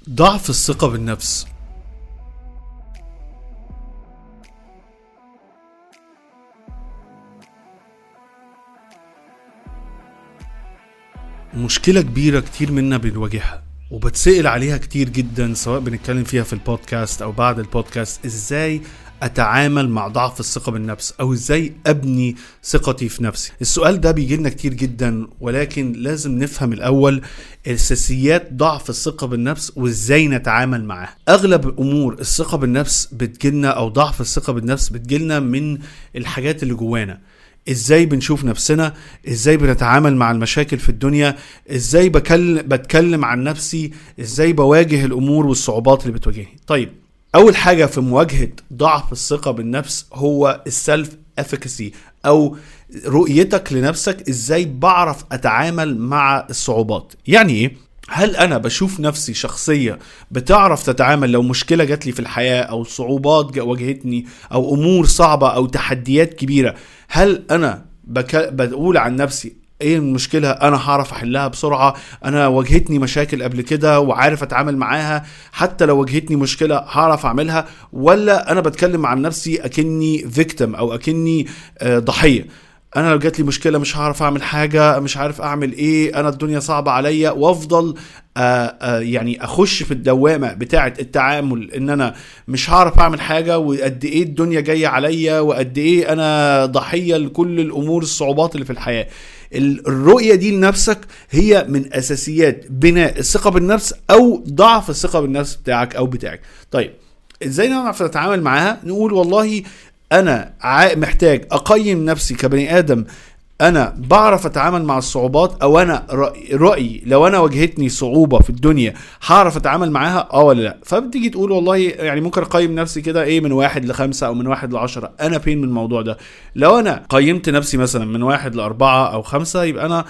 ضعف الثقة بالنفس. مشكلة كبيرة كتير منا بنواجهها وبتسأل عليها كتير جدا، سواء بنتكلم فيها في البودكاست او بعد البودكاست. ازاي اتعامل مع ضعف الثقة بالنفس او ازاي ابني ثقتي في نفسي؟ السؤال ده بيجي لنا كتير جدا، ولكن لازم نفهم الاول اساسيات ضعف الثقة بالنفس وازاي نتعامل معاه. اغلب امور الثقة بالنفس بتجيلنا او ضعف الثقة بالنفس بتجيلنا من الحاجات اللي جوانا. ازاي بنشوف نفسنا، ازاي بنتعامل مع المشاكل في الدنيا، ازاي بتكلم عن نفسي، ازاي بواجه الامور والصعوبات اللي بتواجهني. طيب، اول حاجة في مواجهة ضعف الثقة بالنفس هو السلف افيكاسي او رؤيتك لنفسك. ازاي بعرف اتعامل مع الصعوبات؟ يعني ايه؟ هل انا بشوف نفسي شخصية بتعرف تتعامل لو مشكلة جات لي في الحياة او صعوبات واجهتني او امور صعبة او تحديات كبيرة؟ هل انا بقول عن نفسي ايه المشكلة انا هعرف احلها بسرعة، انا واجهتني مشاكل قبل كده وعارف اتعامل معاها، حتى لو واجهتني مشكلة هعرف اعملها؟ ولا انا بتكلم عن نفسي اكني فيكتم او اكني ضحية؟ انا لو جات لي مشكله مش هعرف اعمل حاجه، مش عارف اعمل ايه، انا الدنيا صعبه عليا، وافضل يعني اخش في الدوامه بتاعه التعامل ان انا مش هعرف اعمل حاجه، وقد ايه الدنيا جايه عليا، وقد ايه انا ضحيه لكل الامور الصعوبات اللي في الحياه. الرؤيه دي لنفسك هي من اساسيات بناء الثقه بالنفس او ضعف الثقه بالنفس بتاعك او بتاعك. طيب، ازاي نعرف نتعامل معاها؟ نقول والله انا محتاج اقيم نفسي كبني ادم، انا بعرف اتعامل مع الصعوبات، او انا رأيي لو انا واجهتني صعوبة في الدنيا هعرف اتعامل معاها ولا لا. فبتيجي تقول والله يعني ممكن اقيم نفسي كده ايه من 1 ل5 او من 1 ل10. انا فين من الموضوع ده؟ لو انا قيمت نفسي مثلا من 1 ل4 او 5 يبقى انا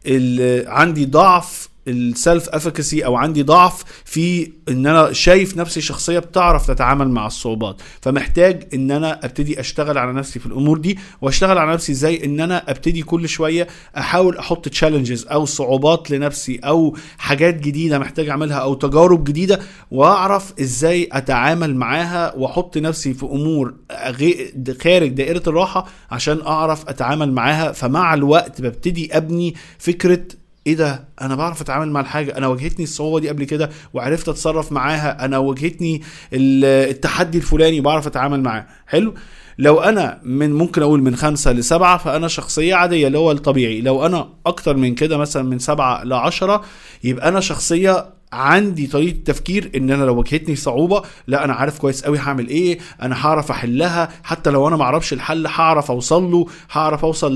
عندي ضعف السلف افيكاسي او عندي ضعف في ان انا شايف نفسي شخصية بتعرف تتعامل مع الصعوبات. فمحتاج ان انا ابتدي اشتغل على نفسي في الامور دي. واشتغل على نفسي ازاي؟ ان انا ابتدي كل شوية احاول احط تشالنجز او صعوبات لنفسي او حاجات جديدة محتاج اعملها او تجارب جديدة، واعرف ازاي اتعامل معاها واحط نفسي في امور خارج دائرة الراحة عشان اعرف اتعامل معاها. فمع الوقت ببتدي ابني فكرة ايه ده، انا بعرف اتعامل مع الحاجة، انا واجهتني الصعوبة دي قبل كده وعرفت اتصرف معاها، انا واجهتني التحدي الفلاني بعرف اتعامل معاه. حلو. لو انا ممكن اقول من 5 ل7 فانا شخصية عادية اللي هو الطبيعي. لو انا اكتر من كده مثلا من 7 ل10 يبقى انا شخصية عندي طريقة تفكير ان انا لو واجهتني صعوبة لا انا عارف كويس قوي هعمل ايه، انا هعرف احلها، حتى لو انا معرفش الحل هعرف اوصل له، هعرف اوصل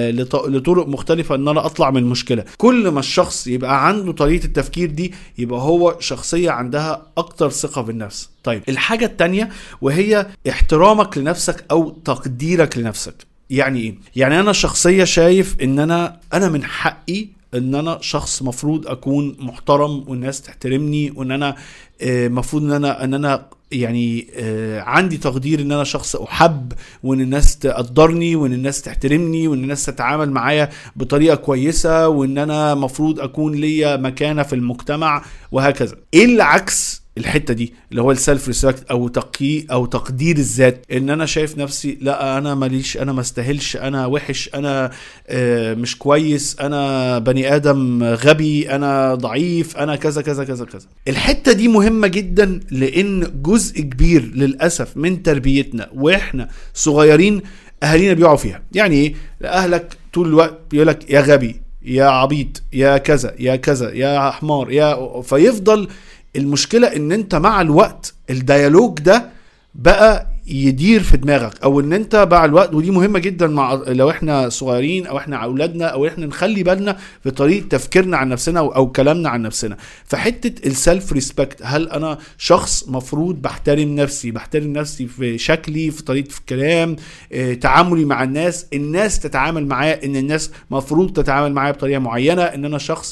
لطرق مختلفة ان انا اطلع من المشكلة. كل ما الشخص يبقى عنده طريقة التفكير دي يبقى هو شخصية عندها اكتر ثقة بالنفس. طيب، الحاجة التانية وهي احترامك لنفسك او تقديرك لنفسك. يعني ايه؟ يعني انا شخصية شايف ان انا من حقي ان انا شخص مفروض اكون محترم والناس تحترمني، وان انا مفروض ان انا يعني عندي تقدير، ان انا شخص احب، وان الناس تقدرني، وان الناس تحترمني، وان الناس تتعامل معايا بطريقة كويسة، وان انا مفروض اكون ليا مكانة في المجتمع وهكذا. ايه اللي عكس الحتة دي اللي هو السلف ريسبكت او تقدير الذات؟ ان انا شايف نفسي لا انا ماليش، انا ما استاهلش، انا وحش، انا مش كويس، انا بني ادم غبي، انا ضعيف، انا كذا كذا كذا كذا. الحتة دي مهمة جدا لان جزء كبير للأسف من تربيتنا واحنا صغيرين اهالينا بيقعوا فيها. يعني ايه؟ اهلك طول الوقت بيقولك يا غبي، يا عبيط، يا كذا يا كذا، يا حمار، يا فيفضل المشكلة ان انت مع الوقت الديالوج ده بقى يدير في دماغك، او ان انت مع الوقت، ودي مهمة جدا لو احنا صغيرين او احنا اولادنا، او احنا نخلي بالنا في طريقة تفكيرنا عن نفسنا او كلامنا عن نفسنا. فحتة السلف ريسبكت، هل انا شخص مفروض بحترم نفسي في شكلي، في طريقة في الكلام، تعاملي مع الناس تتعامل معايا، ان الناس مفروض تتعامل معايا بطريقة معينة، ان انا شخص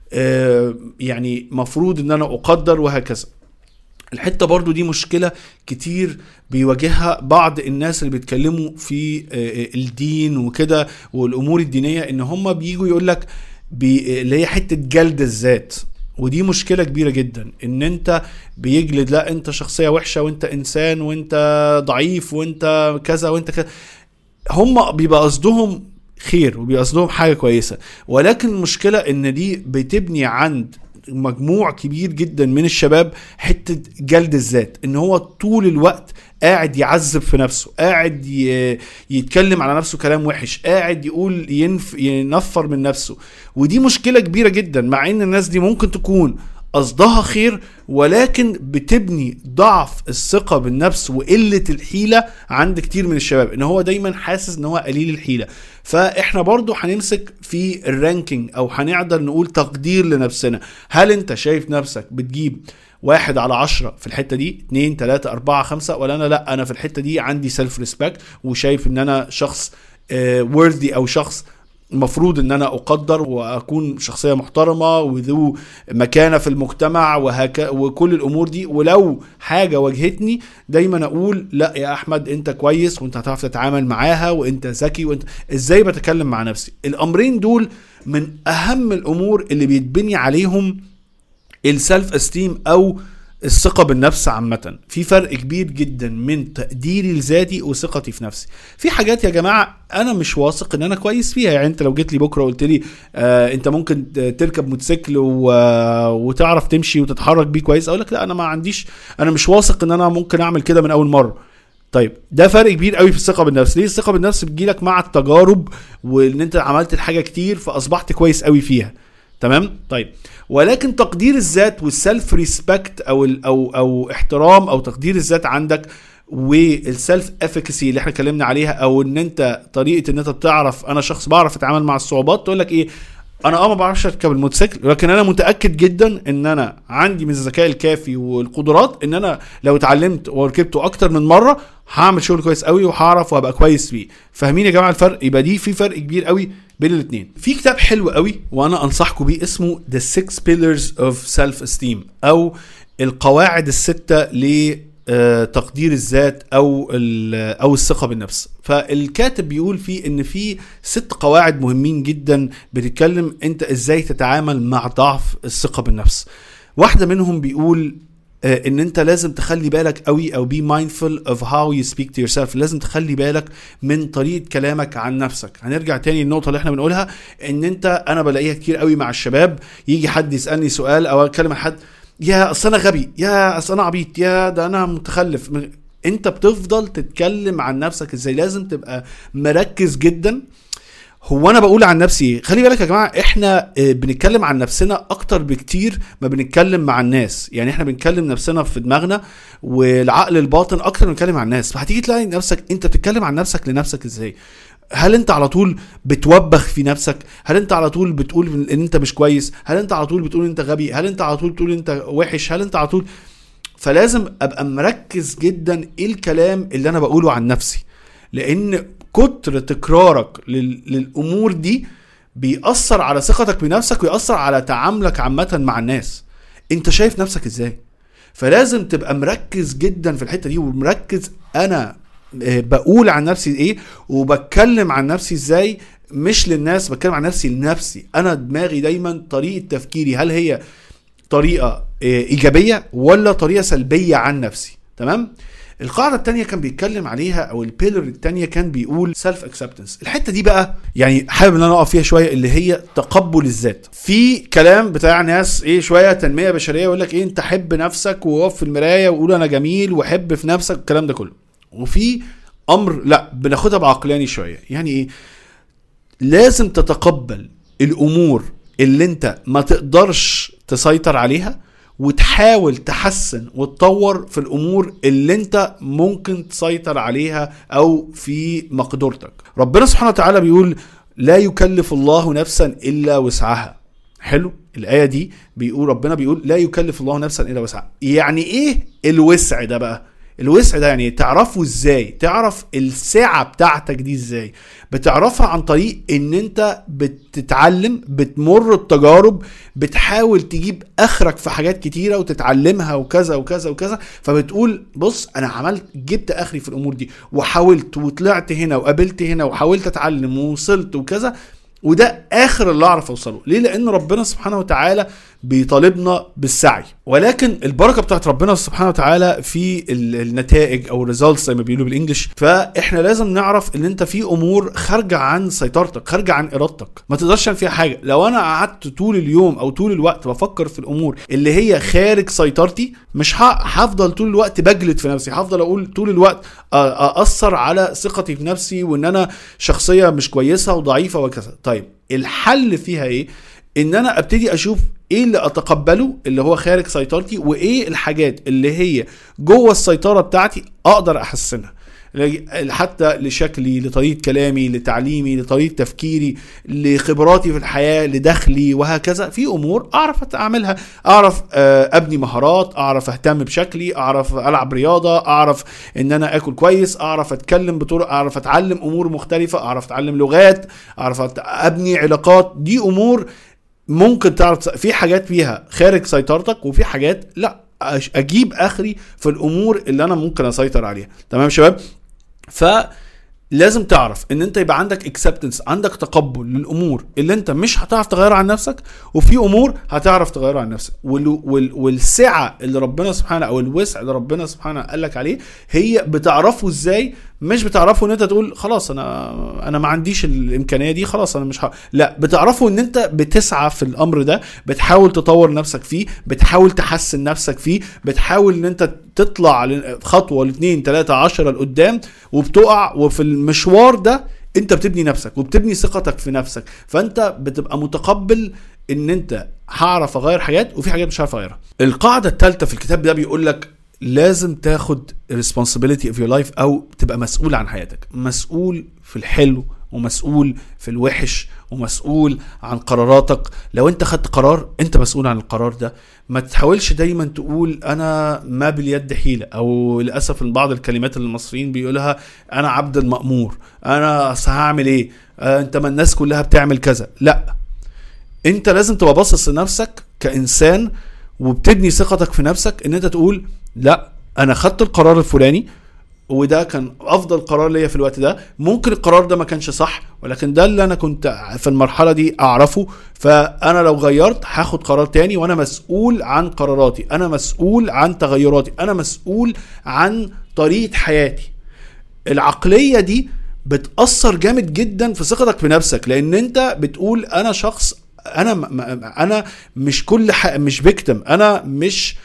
يعني مفروض ان انا اقدر وهكذا. الحتة برضو دي مشكلة كتير بيواجهها بعض الناس اللي بيتكلموا في الدين وكده والامور الدينية، ان هم بييجوا يقولك اللي هي حتة جلد الذات. ودي مشكلة كبيرة جدا، ان انت بيجلد لا انت شخصية وحشة وانت انسان وانت ضعيف وانت كذا وانت كذا. هم بيبقى قصدهم خير وبيبقى قصدهم حاجة كويسة، ولكن المشكلة ان دي بتبني عند مجموع كبير جدا من الشباب حتة جلد الذات، ان هو طول الوقت قاعد يعذب في نفسه، قاعد يتكلم على نفسه كلام وحش، قاعد يقول ينفر من نفسه. ودي مشكلة كبيرة جدا، مع ان الناس دي ممكن تكون قصدها خير، ولكن بتبني ضعف الثقة بالنفس وقلة الحيلة عند كتير من الشباب، ان هو دايما حاسس ان هو قليل الحيلة. فاحنا برضو هنمسك في الرانكينج او هنقدر نقول تقدير لنفسنا. هل انت شايف نفسك بتجيب 1/10 في الحتة دي، 2 3 4 5، ولا انا لا انا في الحتة دي عندي سيلف ريسبكت وشايف ان انا شخص worthy او شخص المفروض ان انا اقدر واكون شخصية محترمة وذو مكانة في المجتمع وكل الامور دي، ولو حاجة واجهتني دايما اقول لا يا احمد انت كويس وانت هتعرف تتعامل معاها وانت ذكي وانت ازاي بتكلم مع نفسي. الامرين دول من اهم الامور اللي بيتبني عليهم السلف استيم او الثقة بالنفس عامة. في فرق كبير جدا من تقديري لذاتي وثقتي في نفسي. في حاجات يا جماعة انا مش واثق ان انا كويس فيها، يعني انت لو جيت لي بكرة وقلت لي انت ممكن تركب موتوسيكل وتعرف تمشي وتتحرك بيه كويس، اقول لك لا انا ما عنديش، انا مش واثق ان انا ممكن اعمل كده من اول مرة. طيب ده فرق كبير قوي في الثقة بالنفس. ليه؟ الثقة بالنفس بتجيلك مع التجارب وان انت عملت الحاجة كتير فاصبحت كويس قوي فيها. تمام؟ طيب ولكن تقدير الذات والسلف ريسبكت او احترام او تقدير الذات عندك والسلف افيكاسي اللي احنا اتكلمنا عليها، او ان انت طريقه ان انت بتعرف انا شخص بعرف اتعامل مع الصعوبات. تقول لك ايه، انا ما بعرفش اركب الموتوسيكل، لكن انا متاكد جدا ان انا عندي من الذكاء الكافي والقدرات ان انا لو اتعلمت وركبته اكتر من مره هعمل شغل كويس قوي وهعرف وهبقى كويس فيه. فاهمين يا جماعه الفرق؟ يبقى دي في فرق كبير قوي بين الاثنين. في كتاب حلو قوي وانا انصحكم بيه اسمه The 6 Pillars of Self-Esteem او القواعد الستة لتقدير الذات او الثقة بالنفس. فالكاتب بيقول فيه ان في 6 قواعد مهمين جدا بتتكلم انت ازاي تتعامل مع ضعف الثقة بالنفس. واحدة منهم بيقول ان انت لازم تخلي بالك قوي او be mindful of how you speak to yourself. لازم تخلي بالك من طريقة كلامك عن نفسك. هنرجع تاني للنقطة اللي احنا بنقولها، ان انت انا بلاقيها كتير قوي مع الشباب، يجي حد يسألني سؤال او اتكلم عن حد، يا اصل انا غبي، يا اصل انا عبيط، يا ده انا متخلف. انت بتفضل تتكلم عن نفسك ازاي؟ لازم تبقى مركز جدا. هو انا بقول عن نفسي، خلي بالك يا جماعه احنا بنتكلم عن نفسنا اكتر بكتير ما بنتكلم مع الناس. يعني احنا بنتكلم نفسنا في دماغنا والعقل الباطن اكتر من نتكلم عن الناس. فهتيجي تلاقي نفسك انت بتتكلم عن نفسك لنفسك ازاي؟ هل انت على طول بتوبخ في نفسك؟ هل انت على طول بتقول ان انت مش كويس؟ هل انت على طول بتقول انت غبي؟ هل انت على طول بتقول انت وحش؟ هل انت على طول؟ فلازم ابقى مركز جدا ايه الكلام اللي انا بقوله عن نفسي، لان كتر تكرارك للأمور دي بيأثر على ثقتك بنفسك ويأثر على تعاملك عامة مع الناس. انت شايف نفسك ازاي؟ فلازم تبقى مركز جدا في الحتة دي، ومركز انا بقول عن نفسي ايه وبتكلم عن نفسي ازاي. مش للناس، بتكلم عن نفسي لنفسي. انا دماغي دايما طريقة تفكيري هل هي طريقة ايجابية ولا طريقة سلبية عن نفسي. تمام؟ القاعدة التانية كان بيتكلم عليها او البيلر التانية كان بيقول سيلف اكسبتنس. الحتة دي بقى يعني حابب ان انا اقف فيها شوية، اللي هي تقبل الذات. في كلام بتاع ناس ايه شوية تنمية بشرية يقول لك ايه انت حب نفسك ووقف في المراية وقول انا جميل وحب في نفسك الكلام ده كله. وفي امر لا بناخدها بعقلاني شوية، يعني ايه؟ لازم تتقبل الامور اللي انت ما تقدرش تسيطر عليها وتحاول تحسن وتطور في الامور اللي انت ممكن تسيطر عليها او في مقدرتك. ربنا سبحانه وتعالى بيقول لا يكلف الله نفسا الا وسعها. حلو؟ الآية دي بيقول ربنا بيقول لا يكلف الله نفسا الا وسعها. يعني ايه الوسع ده بقى؟ الوسع ده يعني تعرفه ازاي؟ تعرف الساعة بتاعتك دي ازاي؟ بتعرفها عن طريق ان انت بتتعلم، بتمر التجارب، بتحاول تجيب اخرك في حاجات كتيرة وتتعلمها وكذا وكذا وكذا. فبتقول بص انا عملت جبت اخري في الامور دي وحاولت وطلعت هنا وقابلت هنا وحاولت اتعلم ووصلت وكذا، وده اخر اللي اعرف اوصله. ليه؟ لان ربنا سبحانه وتعالى بيطالبنا بالسعي، ولكن البركه بتاعت ربنا سبحانه وتعالى في النتائج او الريزلتس زي ما بيقولوا بالانجلش. فاحنا لازم نعرف ان انت في امور خارجه عن سيطرتك، خارجه عن ارادتك، ما تقدرش تعمل فيها حاجه. لو انا قعدت طول اليوم او طول الوقت بفكر في الامور اللي هي خارج سيطرتي، مش هفضل طول الوقت بجلد في نفسي، هفضل اقول طول الوقت اثر على ثقتي في نفسي وان انا شخصيه مش كويسه وضعيفه وكذا. طيب الحل فيها ايه؟ ان انا ابتدي اشوف ايه اللي اتقبله اللي هو خارج سيطرتي، وايه الحاجات اللي هي جوه السيطرة بتاعتي اقدر احسنها، حتى لشكلي، لطريقة كلامي، لتعليمي، لطريقة تفكيري، لخبراتي في الحياة، لدخلي وهكذا. في امور اعرف اعملها، اعرف ابني مهارات، اعرف اهتم بشكلي، اعرف العب رياضة، اعرف ان انا اكل كويس، اعرف اتكلم بطرق، اعرف اتعلم امور مختلفة، اعرف اتعلم لغات، اعرف ابني علاقات. دي امور ممكن تعرف. في حاجات فيها خارج سيطرتك وفي حاجات لا، اجيب اخري في الامور اللي انا ممكن اسيطر عليها. تمام شباب؟ فلازم تعرف ان انت يبقى عندك اكسبتنس، عندك تقبل للامور اللي انت مش هتعرف تغير عن نفسك، وفي امور هتعرف تغير عن نفسك. والسعة اللي ربنا سبحانه او الوسع اللي ربنا سبحانه قال لك عليه، هي بتعرفه ازاي؟ مش بتعرفه ان انت تقول خلاص انا ما عنديش الامكانيه دي، خلاص انا مش لا، بتعرفه ان انت بتسعى في الامر ده، بتحاول تطور نفسك فيه، بتحاول تحسن نفسك فيه، بتحاول ان انت تطلع خطوه 2 3 10 لقدام، وبتقع. وفي المشوار ده انت بتبني نفسك وبتبني ثقتك في نفسك، فانت بتبقى متقبل ان انت هعرف اغير حاجات وفي حاجات مش هعرف اغيرها. القاعده الثالثه في الكتاب ده بيقول لك لازم تاخد responsibility of your life، او تبقى مسؤول عن حياتك، مسؤول في الحلو ومسؤول في الوحش ومسؤول عن قراراتك. لو انت خدت قرار انت مسؤول عن القرار ده. ما تحاولش دايما تقول انا ما باليد حيلة، او للأسف بعض الكلمات اللي المصريين بيقولها انا عبد المأمور، انا هعمل ايه، انت ما الناس كلها بتعمل كذا. لا، انت لازم تبقى باصص لنفسك كإنسان وبتبني ثقتك في نفسك، ان انت تقول لا، انا خدت القرار الفلاني وده كان افضل قرار ليا في الوقت ده. ممكن القرار ده ما كانش صح، ولكن ده اللي انا كنت في المرحلة دي اعرفه، فانا لو غيرت هاخد قرار تاني، وانا مسؤول عن قراراتي، انا مسؤول عن تغيراتي، انا مسؤول عن طريقة حياتي. العقلية دي بتأثر جامد جدا في ثقتك في نفسك، لان انت بتقول انا شخص، انا مش مش بكتم، انا مش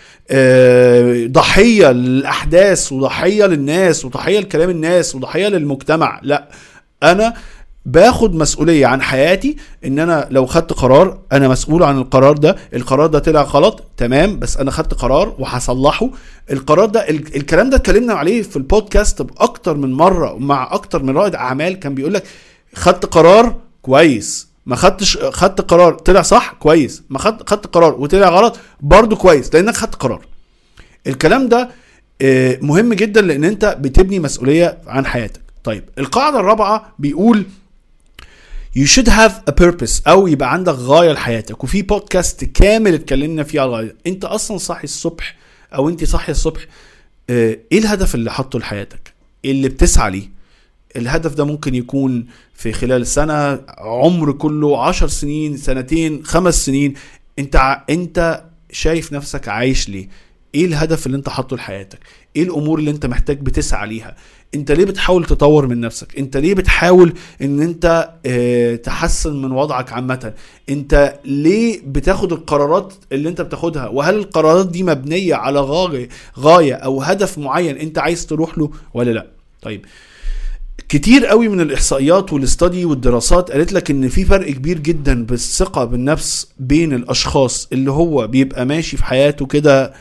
ضحية للأحداث وضحية للناس وضحية لكلام الناس وضحية للمجتمع. لا، أنا باخد مسؤولية عن حياتي، ان انا لو خدت قرار انا مسؤول عن القرار ده. القرار ده طلع غلط، تمام، بس انا خدت قرار وهصلحه. القرار ده الكلام ده اتكلمنا عليه في البودكاست باكتر من مرة مع اكتر من رائد اعمال، كان بيقولك خدت قرار كويس، ما خدت قرار طلع صح كويس، ما خدت قرار وطلع غلط برضو كويس، لانك خدت قرار. الكلام ده مهم جدا، لان انت بتبني مسؤولية عن حياتك. طيب القاعدة الرابعة بيقول you should have a purpose، او يبقى عندك غاية لحياتك. وفي بودكاست كامل اتكلمنا فيه على الغاية. انت اصلا صاحي الصبح او انت صاحي الصبح، ايه الهدف اللي حطه لحياتك، اللي بتسعى ليه؟ الهدف ده ممكن يكون في خلال سنة، عمر كله، 10 سنين، سنتين، 5 سنين. انت شايف نفسك عايش ليه؟ ايه الهدف اللي انت حاطه لحياتك؟ ايه الامور اللي انت محتاج بتسعى ليها؟ انت ليه بتحاول تطور من نفسك؟ انت ليه بتحاول ان انت تحسن من وضعك عامة؟ انت ليه بتاخد القرارات اللي انت بتاخدها؟ وهل القرارات دي مبنية على غاية او هدف معين انت عايز تروح له ولا لا؟ طيب كتير قوي من الاحصائيات والاستادي والدراسات قالت لك ان في فرق كبير جدا بالثقة بالنفس بين الاشخاص اللي هو بيبقى ماشي في حياته كده،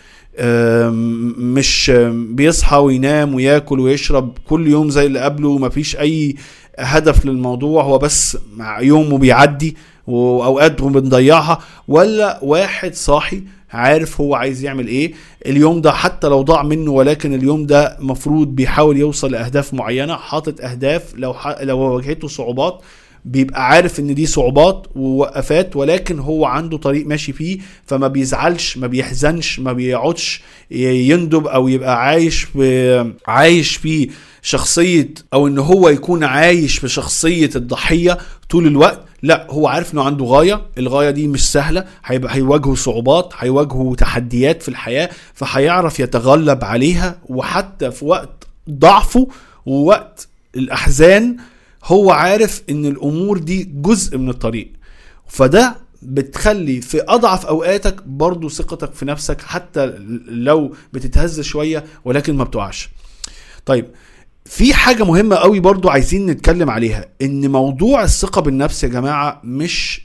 مش بيصحى وينام وياكل ويشرب كل يوم زي اللي قبله، مفيش اي هدف للموضوع، هو بس مع يومه بيعدي واوقات بنضيعها، ولا واحد صاحي عارف هو عايز يعمل ايه اليوم ده حتى لو ضاع منه، ولكن اليوم ده مفروض بيحاول يوصل لأهداف معينة، حاطط أهداف، لو واجهته صعوبات بيبقى عارف ان دي صعوبات ووقفات، ولكن هو عنده طريق ماشي فيه، فما بيزعلش، ما بيحزنش، ما بيقعدش يندب او يبقى عايش في شخصية، او ان هو يكون عايش في شخصية الضحية طول الوقت. لا، هو عارف انه عنده غاية، الغاية دي مش سهلة، هيواجهه صعوبات، هيواجهه تحديات في الحياة، فهيعرف يتغلب عليها. وحتى في وقت ضعفه ووقت الأحزان هو عارف ان الأمور دي جزء من الطريق. فده بتخلي في أضعف أوقاتك برضو ثقتك في نفسك، حتى لو بتتهز شوية ولكن ما بتقعش. طيب، في حاجة مهمة قوي برضو عايزين نتكلم عليها، ان موضوع الثقة بالنفس يا جماعة مش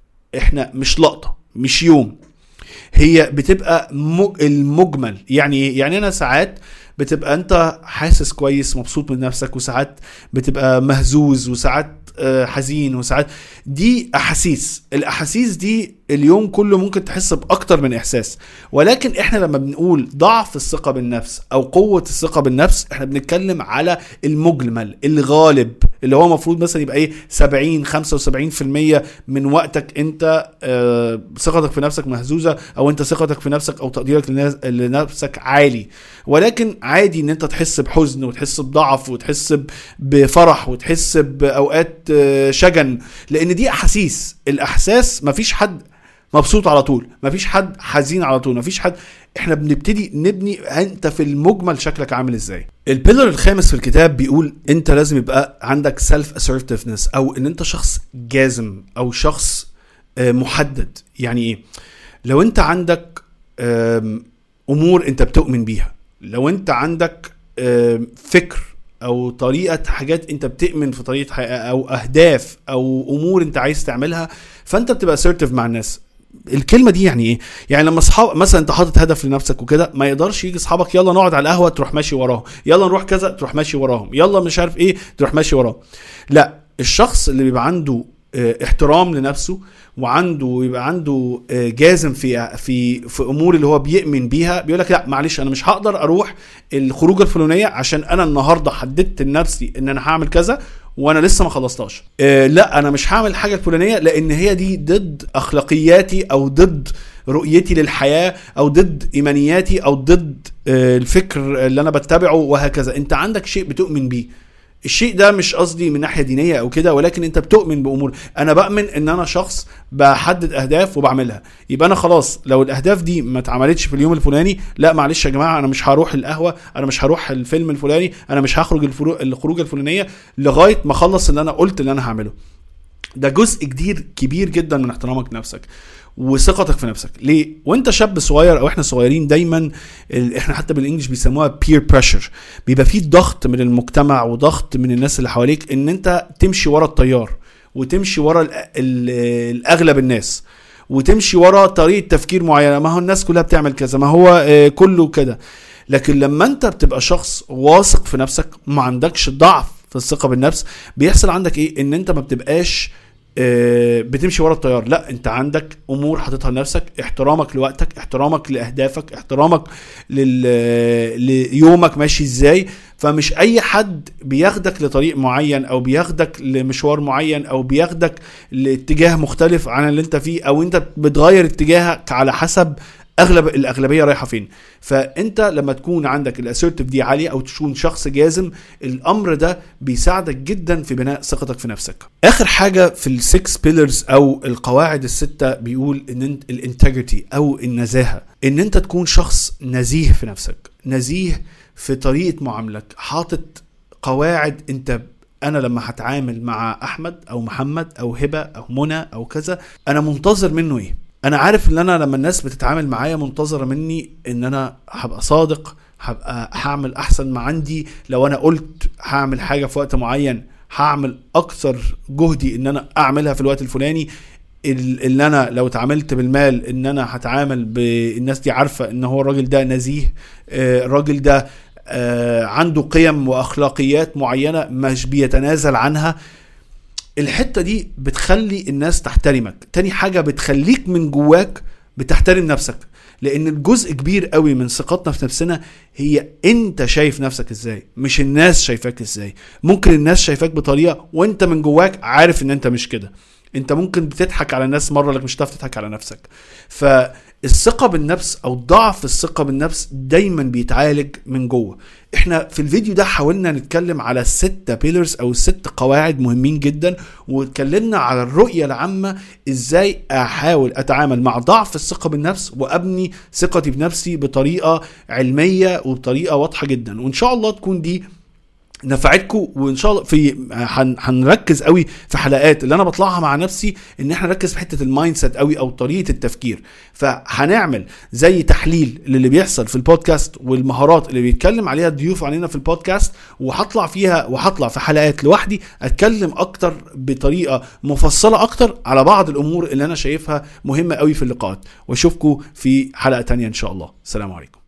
لقطة، مش يوم، هي بتبقى المجمل. يعني انا ساعات بتبقى انت حاسس كويس مبسوط من نفسك، وساعات بتبقى مهزوز، وساعات حزين، وساعات دي احاسيس. الاحاسيس دي اليوم كله ممكن تحس باكتر من احساس. ولكن احنا لما بنقول ضعف الثقة بالنفس او قوة الثقة بالنفس، احنا بنتكلم على المجمل الغالب، اللي هو مفروض مثلا يبقى 70-75% من وقتك انت ثقتك في نفسك مهزوزة، او انت ثقتك في نفسك او تقديرك لنفسك عالي. ولكن عادي ان انت تحس بحزن، وتحس بضعف، وتحس بفرح، وتحس باوقات شجن، لان دي احاسيس. الاحساس مفيش حد مبسوط على طول، مفيش حد حزين على طول، مفيش حد. احنا بنبتدي نبني انت في المجمل شكلك عامل ازاي. البيلر الخامس في الكتاب بيقول انت لازم يبقى عندك سيلف اسيرتيفنس، او ان انت شخص جازم او شخص محدد. يعني ايه؟ لو انت عندك امور انت بتؤمن بيها، لو انت عندك فكر او طريقة حاجات انت بتؤمن في طريقة حقيقة، او اهداف او امور انت عايز تعملها، فانت بتبقى assertive مع الناس. الكلمة دي يعني ايه؟ يعني لما اصحاب مثلا انت حاطط هدف لنفسك وكده، ما يقدرش يجي اصحابك يلا نقعد على القهوة تروح ماشي وراهم، يلا نروح كذا تروح ماشي وراهم، يلا مش عارف ايه تروح ماشي وراهم. لا، الشخص اللي بيبقى عنده احترام لنفسه، وعنده يبقى عنده جازم في امور اللي هو بيؤمن بيها، بيقول لك لا معلش انا مش هقدر اروح الخروجه الفلانيه عشان انا النهارده حددت لنفسي ان انا هعمل كذا وانا لسه ما خلصتهاش. لا، انا مش هعمل الحاجه الفلانيه لان هي دي ضد اخلاقياتي، او ضد رؤيتي للحياه، او ضد ايمانياتي، او ضد الفكر اللي انا بتبعه، وهكذا. انت عندك شيء بتؤمن بيه. الشيء ده مش قصدي من ناحية دينية او كده، ولكن انت بتؤمن بامور. انا بأمن ان انا شخص بحدد اهداف وبعملها، يبقى انا خلاص لو الاهداف دي ما اتعملتش في اليوم الفلاني، لا معلش يا جماعة، انا مش هروح القهوة، انا مش هروح الفيلم الفلاني، انا مش هخرج الخروجة الفلانية لغاية ما اخلص اللي انا قلت اللي انا هعمله. ده جزء كبير جدا من احترامك لنفسك وثقتك في نفسك. ليه؟ وانت شاب صغير او احنا صغيرين دايما، احنا حتى بالانجليش بيسموها peer pressure، بيبقى فيه ضغط من المجتمع وضغط من الناس اللي حواليك ان انت تمشي ورا التيار، وتمشي ورا الاغلب الناس، وتمشي ورا طريقة تفكير معينة. ما هو الناس كلها بتعمل كذا، ما هو كله كده. لكن لما انت بتبقى شخص واثق في نفسك، ما عندكش ضعف في الثقة بالنفس، بيحصل عندك ايه؟ ان انت ما بتبقاش بتمشي ورا التيار. لا، انت عندك امور حاططها لنفسك، احترامك لوقتك، احترامك لاهدافك، احترامك ليومك ماشي ازاي. فمش اي حد بياخدك لطريق معين، او بياخدك لمشوار معين، او بياخدك لاتجاه مختلف عن اللي انت فيه، او انت بتغير اتجاهك على حسب الاغلبيه رايحه فين. فانت لما تكون عندك الاسيرتيف دي عاليه، او تكون شخص جازم، الامر ده بيساعدك جدا في بناء ثقتك في نفسك. اخر حاجه في السكس بيلرز او القواعد الستة، بيقول ان الانتجريتي او النزاهه، ان انت تكون شخص نزيه في نفسك، نزيه في طريقه معاملك، حاطط قواعد. انا لما هتعامل مع احمد او محمد او هبه او منى او كذا، انا منتظر منه ايه؟ انا عارف ان انا لما الناس بتتعامل معايا منتظرة مني ان انا هبقى صادق، هعمل احسن ما عندي. لو انا قلت هعمل حاجة في وقت معين، هعمل اكثر جهدي ان انا اعملها في الوقت الفلاني. اللي انا لو اتعاملت بالمال، ان انا هتعامل بالناس دي عارفة ان هو الراجل ده نزيه، الراجل ده عنده قيم واخلاقيات معينة مش بيتنازل عنها. الحتة دي بتخلي الناس تحترمك. تاني حاجة بتخليك من جواك بتحترم نفسك، لان الجزء كبير قوي من ثقتنا في نفسنا هي انت شايف نفسك ازاي، مش الناس شايفاك ازاي. ممكن الناس شايفاك بطريقة وانت من جواك عارف ان انت مش كده. انت ممكن بتضحك على الناس مرة، لك مش هتعرف تضحك على نفسك. الثقة بالنفس او ضعف الثقة بالنفس دايما بيتعالج من جوه. احنا في الفيديو ده حاولنا نتكلم على 6 بيلرز او 6 قواعد مهمين جدا، واتكلمنا على الرؤية العامة ازاي احاول اتعامل مع ضعف الثقة بالنفس وابني ثقتي بنفسي بطريقة علمية وبطريقة واضحة جدا. وان شاء الله تكون دي نفعتكم، وان شاء الله في هنركز قوي في حلقات اللي انا بطلعها مع نفسي ان احنا نركز في حته المايند سيت قوي او طريقه التفكير. فهنعمل زي تحليل للي بيحصل في البودكاست والمهارات اللي بيتكلم عليها الضيوف علينا في البودكاست، وهطلع في حلقات لوحدي اتكلم اكتر بطريقه مفصله اكتر على بعض الامور اللي انا شايفها مهمه قوي في اللقاءات. واشوفكم في حلقه تانية ان شاء الله. السلام عليكم.